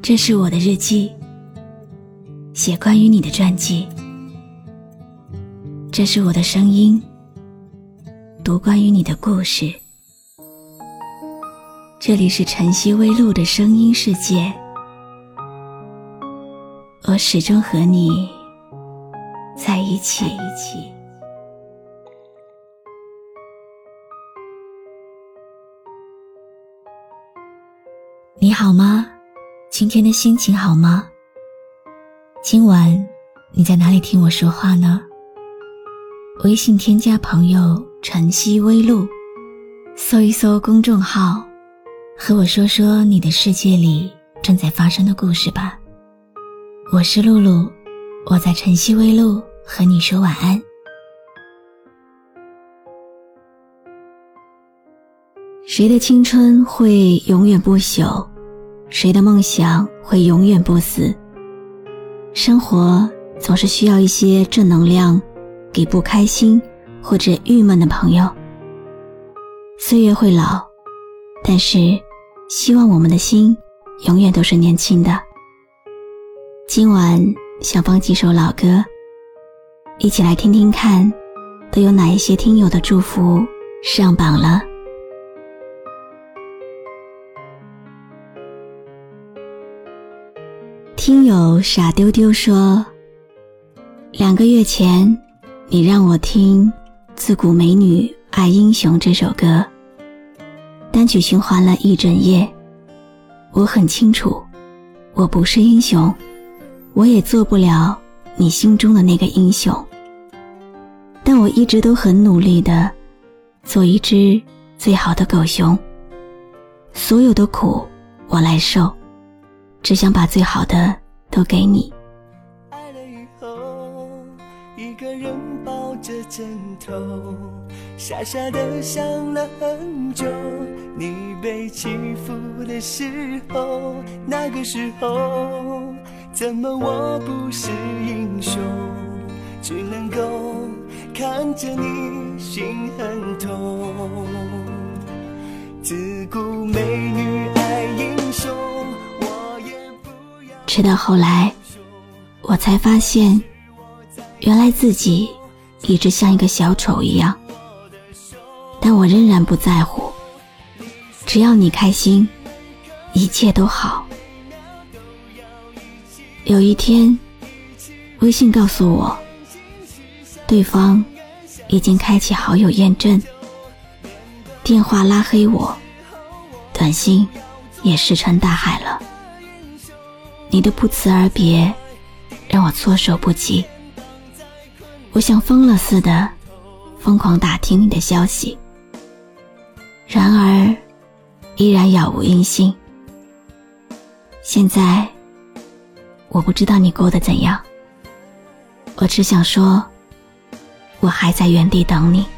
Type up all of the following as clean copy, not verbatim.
这是我的日记，写关于你的传记。这是我的声音，读关于你的故事。这里是晨曦微露的声音世界，我始终和你在一起。你好吗？今天的心情好吗？今晚你在哪里听我说话呢？微信添加朋友晨曦微露，搜一搜公众号，和我说说你的世界里正在发生的故事吧。我是露露，我在晨曦微露和你说晚安。谁的青春会永远不朽？谁的梦想会永远不死？生活总是需要一些正能量，给不开心或者郁闷的朋友。岁月会老，但是希望我们的心永远都是年轻的。今晚想放几首老歌，一起来听听看，都有哪一些听友的祝福上榜了。听友傻丢丢说，2个月前你让我听自古美女爱英雄这首歌，单曲循环了一整夜。我很清楚，我不是英雄，我也做不了你心中的那个英雄，但我一直都很努力地做一只最好的狗熊，所有的苦我来受，只想把最好的都给你。 爱了以后，一个人抱着枕头，傻傻的想了很久，你被欺负的时候，那个时候怎么我不是英雄，只能够看着你心很痛。自古美女爱英雄， 直到后来我才发现，原来自己一直像一个小丑一样，但我仍然不在乎，只要你开心，一切都好。有一天微信告诉我，对方已经开启好友验证，电话拉黑我，短信也石沉大海了。你的不辞而别让我措手不及，我像疯了似的疯狂打听你的消息，然而依然杳无音信。现在我不知道你过得怎样，我只想说，我还在原地等你。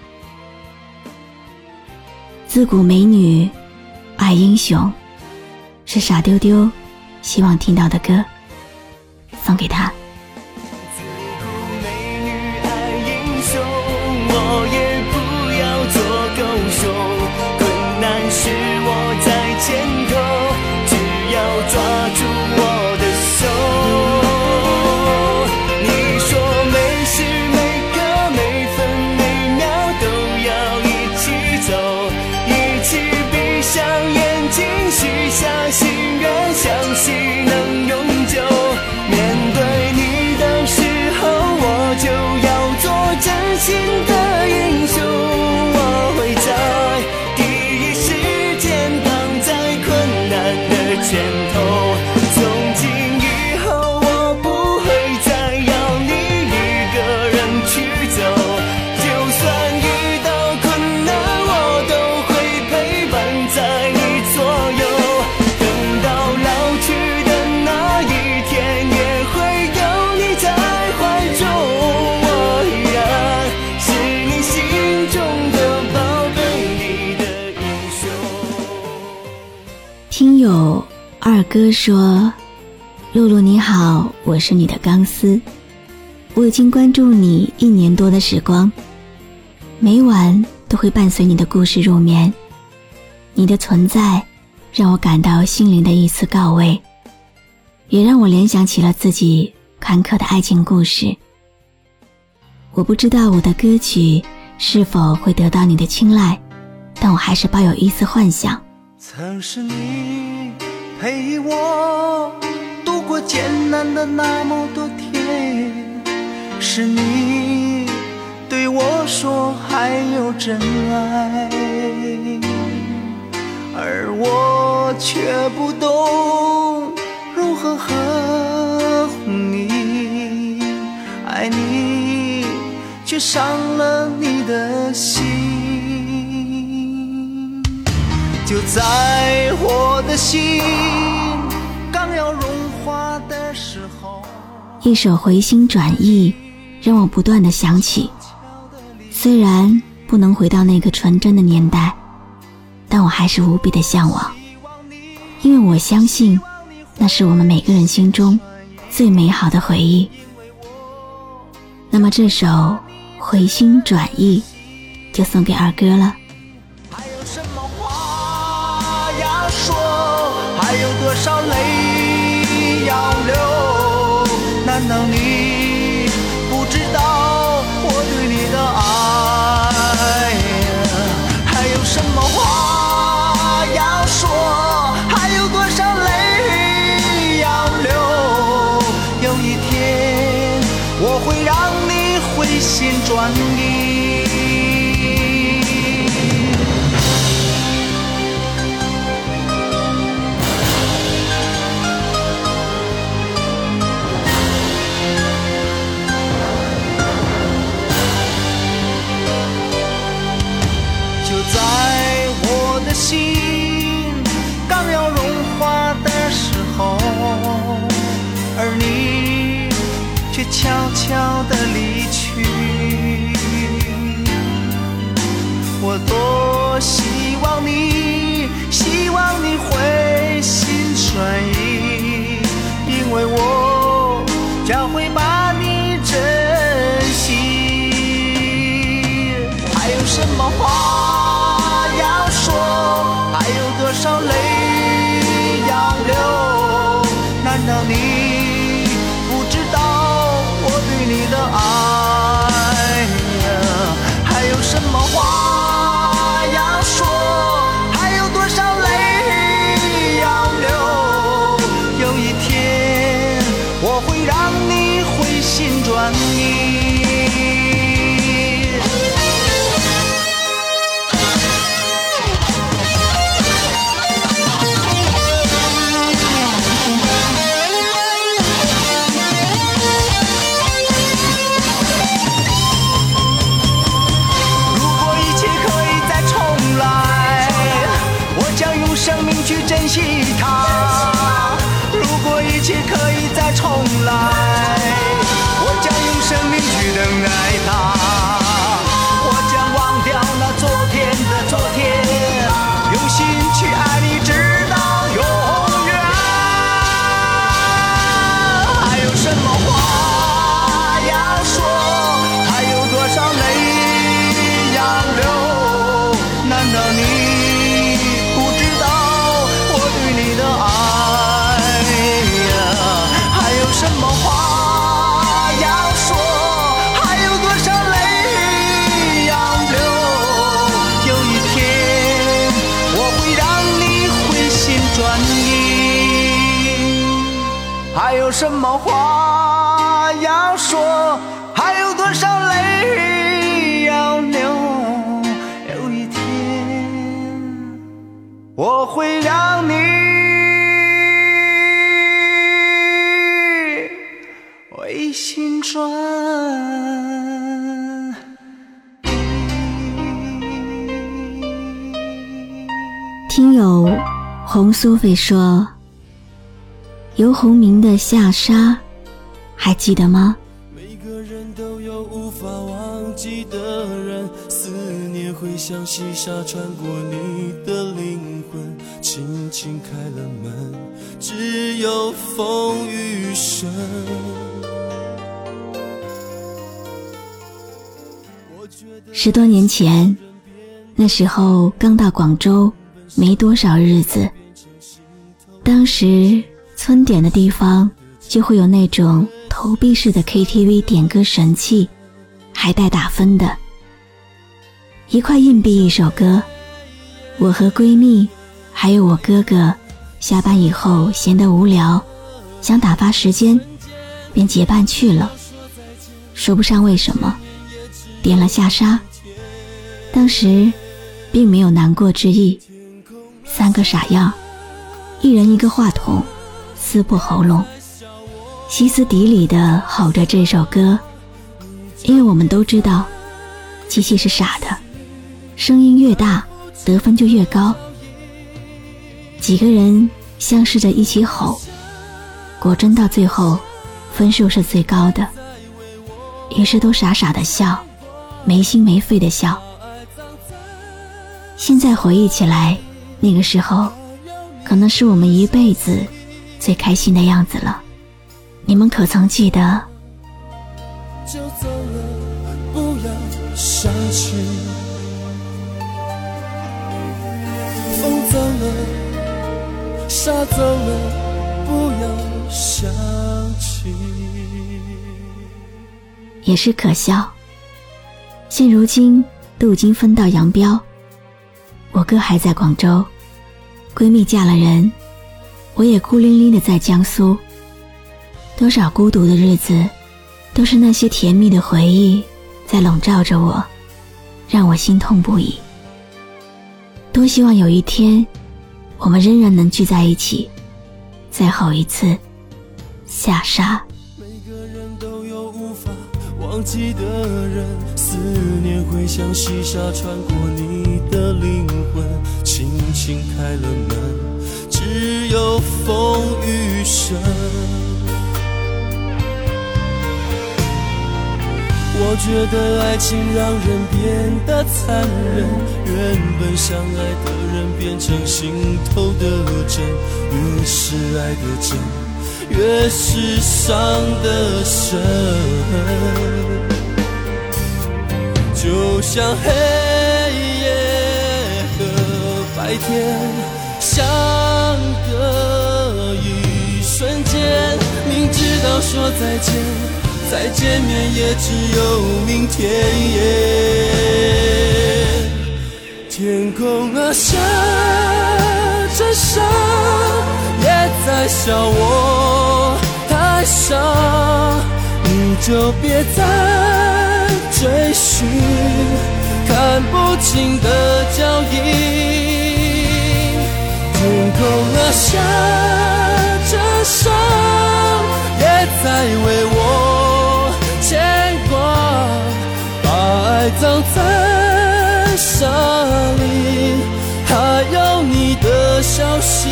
自古美女爱英雄，是傻丢丢希望听到的歌，送给他。 自古美女爱英雄，我也不要做狗熊，困难是我在前头，只要抓住我的手。你说每时每刻每分每秒都要一起走，一起闭上眼睛许下心愿，相信能永久。面对你的时候，我就要做真心的英雄，我会在第一时间挡在困难的前头。从今以后，我不会再要你一个人去走，就算遇到困难，我都会陪伴在你左右。等到老去的那一天，也会有你在怀中，我依然是你心中的宝贝里的英雄。 听友二哥说，露露你好，我是你的钢丝，我已经关注你1年多的时光，每晚都会伴随你的故事入眠，你的存在让我感到心灵的一丝告慰， 也让我联想起了自己坎坷的爱情故事。我不知道我的歌曲是否会得到你的青睐，但我还是抱有一丝幻想。 曾是你陪我度过艰难的那么多天，是你对我说还有真爱，而我却不懂如何呵护你，爱你却伤了你的心。就在我的心刚要融化的时候， 一首回心转意让我不断地想起，虽然不能回到那个纯真的年代，但我还是无比的向往，因为我相信那是我们每个人心中最美好的回忆。那么这首回心转意就送给二哥了。 还有什么话要说，还有多少泪要流，难道你不知道我对你的爱？还有什么话要说，还有多少泪要流，有一天我会让你回心转意。在我的心刚要融化的时候，而你却悄悄地离去。我多希望你回心转意，因为我将会把你珍惜。还有什么话还有多少泪要流，难道你不知道我对你的爱？还有什么话要说，还有多少泪要流，有一天我会让你回心转意。生命去珍惜它，如果一切可以再重来，我将用生命去等待它，我将忘掉那昨天的昨天，用心去爱你直到永远。还有什么话要说，还有多少泪要流，难道你什么话要说，还有多少泪要流，有一天我会让你回心转意。还有什么话要说，还有多少泪要流，有一天我会让你回心转意。 听友红苏菲说，游鸿明的下沙还记得吗？ 每个人都有无法忘记的人，思念会像细沙穿过你的灵魂，轻轻开了门，只有风雨声。 10多年前，那时候刚到广州没多少日子，当时村点的地方就会有那种投币式的 KTV 点歌神器，还带打分的。1块硬币1首歌，我和闺蜜还有我哥哥下班以后闲得无聊，想打发时间，便结伴去了。说不上为什么，点了下沙。当时并没有难过之意，3个傻样，一人一个话筒，撕破喉咙，歇斯底里地吼着这首歌。因为我们都知道机器是傻的，声音越大得分就越高。几个人相视着一起吼，果真到最后分数是最高的，于是都傻傻的笑，没心没肺的笑。现在回忆起来，那个时候可能是我们一辈子最开心的样子了。你们可曾记得？ 就走了，不要想起，风走了，沙走了，不要想起。 也是可笑，现如今都已经分道扬镳，我哥还在广州，闺蜜嫁了人，我也孤零零的在江苏。多少孤独的日子，都是那些甜蜜的回忆在笼罩着我，让我心痛不已。多希望有一天我们仍然能聚在一起，再吼一次下沙。 每个人都有无法忘记的人，思念会像细沙穿过你的灵魂，轻轻开了门，只有风雨声。我觉得爱情让人变得残忍，原本相爱的人变成心头的针，越是爱的真，越是伤的深。就像黑夜和白天相隔一瞬间，明知道说再见，再见面也只有明天。天空啊下着沙，也在笑我太傻，你就别再追寻看不清的脚印。天空啊下着沙，也在为我牵挂，把爱葬在沙里，还有你的消息。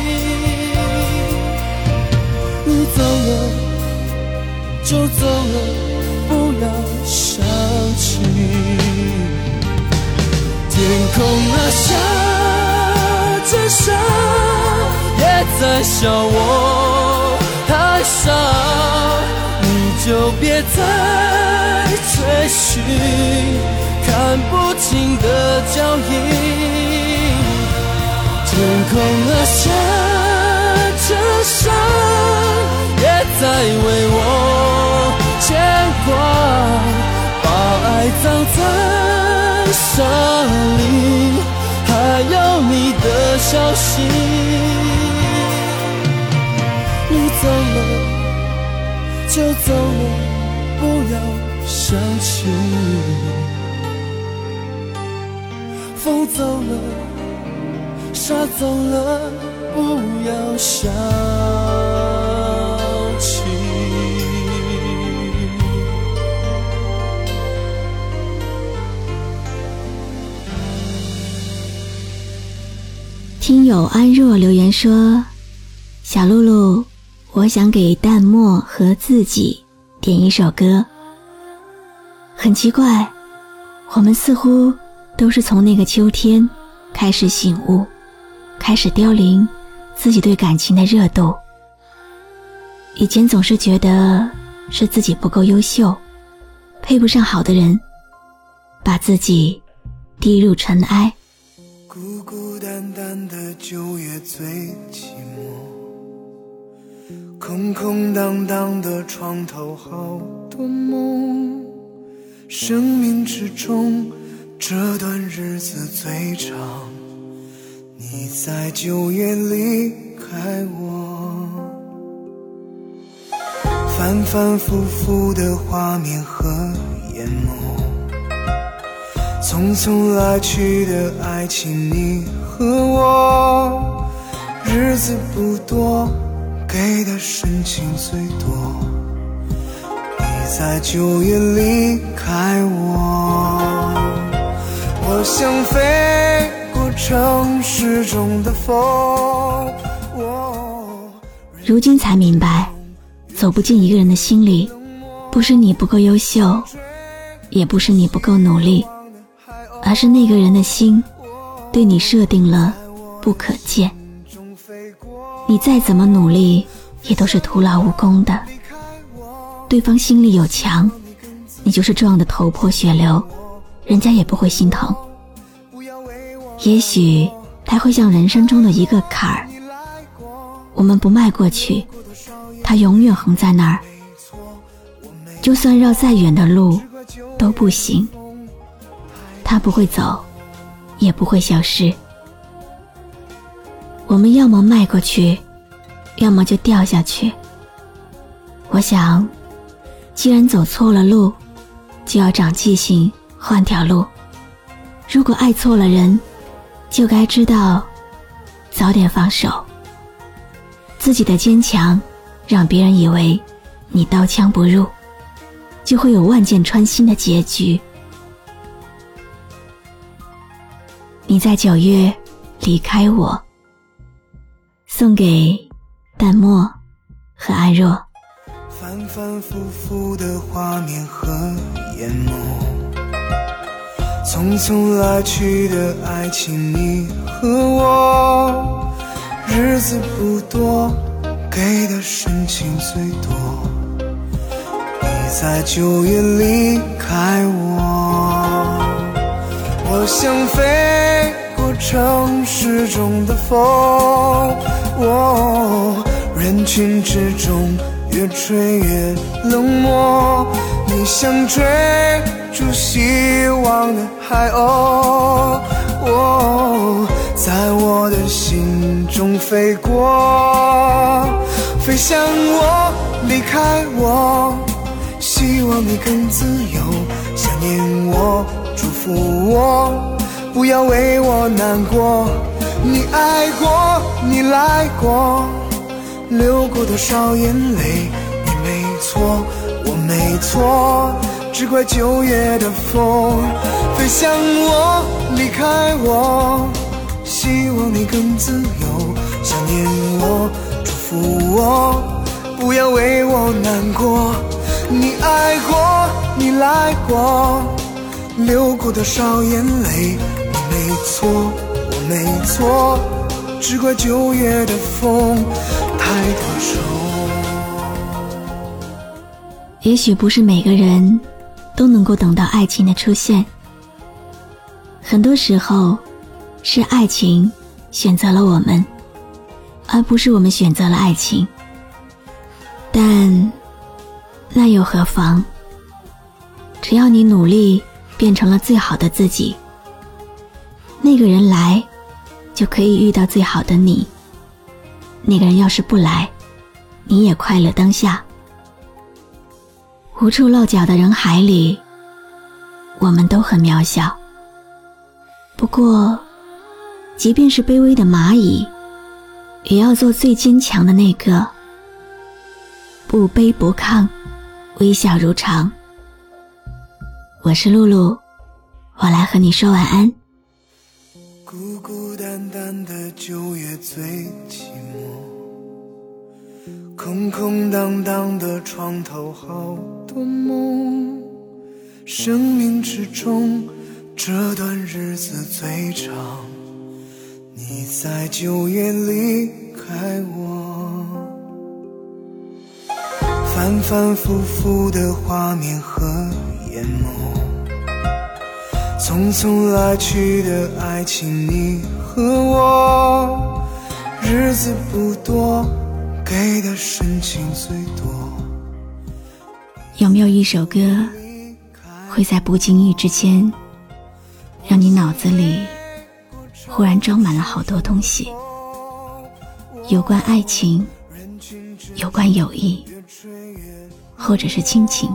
你走了就走了，不要想起。天空啊下着沙，也在笑我太傻，你就别再追寻看不清的脚印。天空啊下着沙，也在为我牵挂，把爱葬在沙里，还有你的消息。你走了就走了，不要想起。风走了，沙走了，不要想起。 听友安若留言说，小露露，我想给淡漠和自己点一首歌。很奇怪，我们似乎都是从那个秋天开始醒悟，开始凋零自己对感情的热度。以前总是觉得是自己不够优秀，配不上好的人，把自己滴入尘埃。 孤孤单单的9月最寂寞， 空空荡荡的床头好多梦，生命之中这段日子最长，你在9月离开我，反反复复的画面和眼眸，匆匆来去的爱情你和我，日子不多，给的深情最多，你在9月离开我，我想飞过城市中的风。 如今才明白，走不进一个人的心里，不是你不够优秀，也不是你不够努力，而是那个人的心对你设定了不可见。你再怎么努力也都是徒劳无功的，对方心里有墙，你就是撞得头破血流，人家也不会心疼。也许他会像人生中的一个坎儿，我们不迈过去，他永远横在那儿，就算绕再远的路都不行，他不会走，也不会消失。我们要么迈过去，要么就掉下去。我想，既然走错了路，就要长记性，换条路。如果爱错了人，就该知道早点放手。自己的坚强让别人以为你刀枪不入，就会有万箭穿心的结局。你在9月离开我，送给淡漠和安若。 反反复复的画面和眼眸，匆匆来去的爱情你和我，日子不多，给的深情最多，你在9月离开我，我想飞过城市中的风，人群之中越吹越冷漠，你像追逐希望的海鸥，在我的心中飞过，飞向我，离开我，希望你更自由，想念我，祝福我，不要为我难过，你爱过，你来过，流过多少眼泪，你没错，我没错，只怪9月的风飞向我，离开我，希望你更自由，想念我，祝福我，不要为我难过，你爱过，你来过，流过多少眼泪，你没错，我没错，只怪9月的风太多愁。 也许不是每个人都能够等到爱情的出现，很多时候是爱情选择了我们，而不是我们选择了爱情。但那又何妨？只要你努力变成了最好的自己，那个人来就可以遇到最好的你，那个人要是不来，你也快乐当下。无处落脚的人海里，我们都很渺小。不过即便是卑微的蚂蚁，也要做最坚强的那个，不卑不亢，微笑如常。我是露露，我来和你说晚安。 孤孤单单的9月最寂寞，空空荡荡的床头好多梦，生命之中这段日子最长，你在9月离开我，反反复复的画面和眼眸，匆匆来去的爱情你和我，日子不多， 给的深情最多。 有没有一首歌会在不经意之间让你脑子里忽然装满了好多东西，有关爱情，有关友谊，或者是亲情？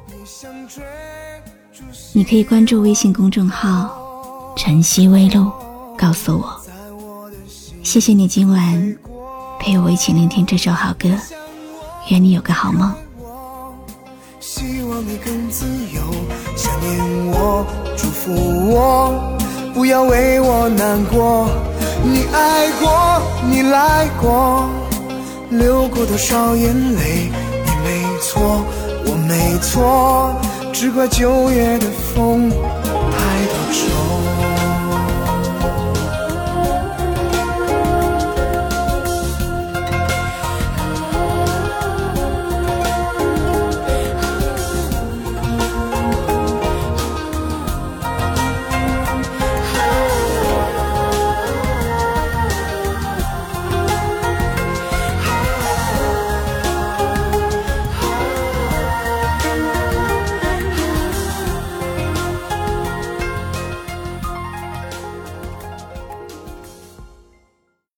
你可以关注微信公众号晨曦微露，告诉我。谢谢你今晚陪我一起聆听这首好歌，愿你有个好梦。 希望你更自由，想念我，祝福我，不要为我难过。你爱过，你来过，流过多少眼泪，你没错，我没错，只怪9月的风太多愁。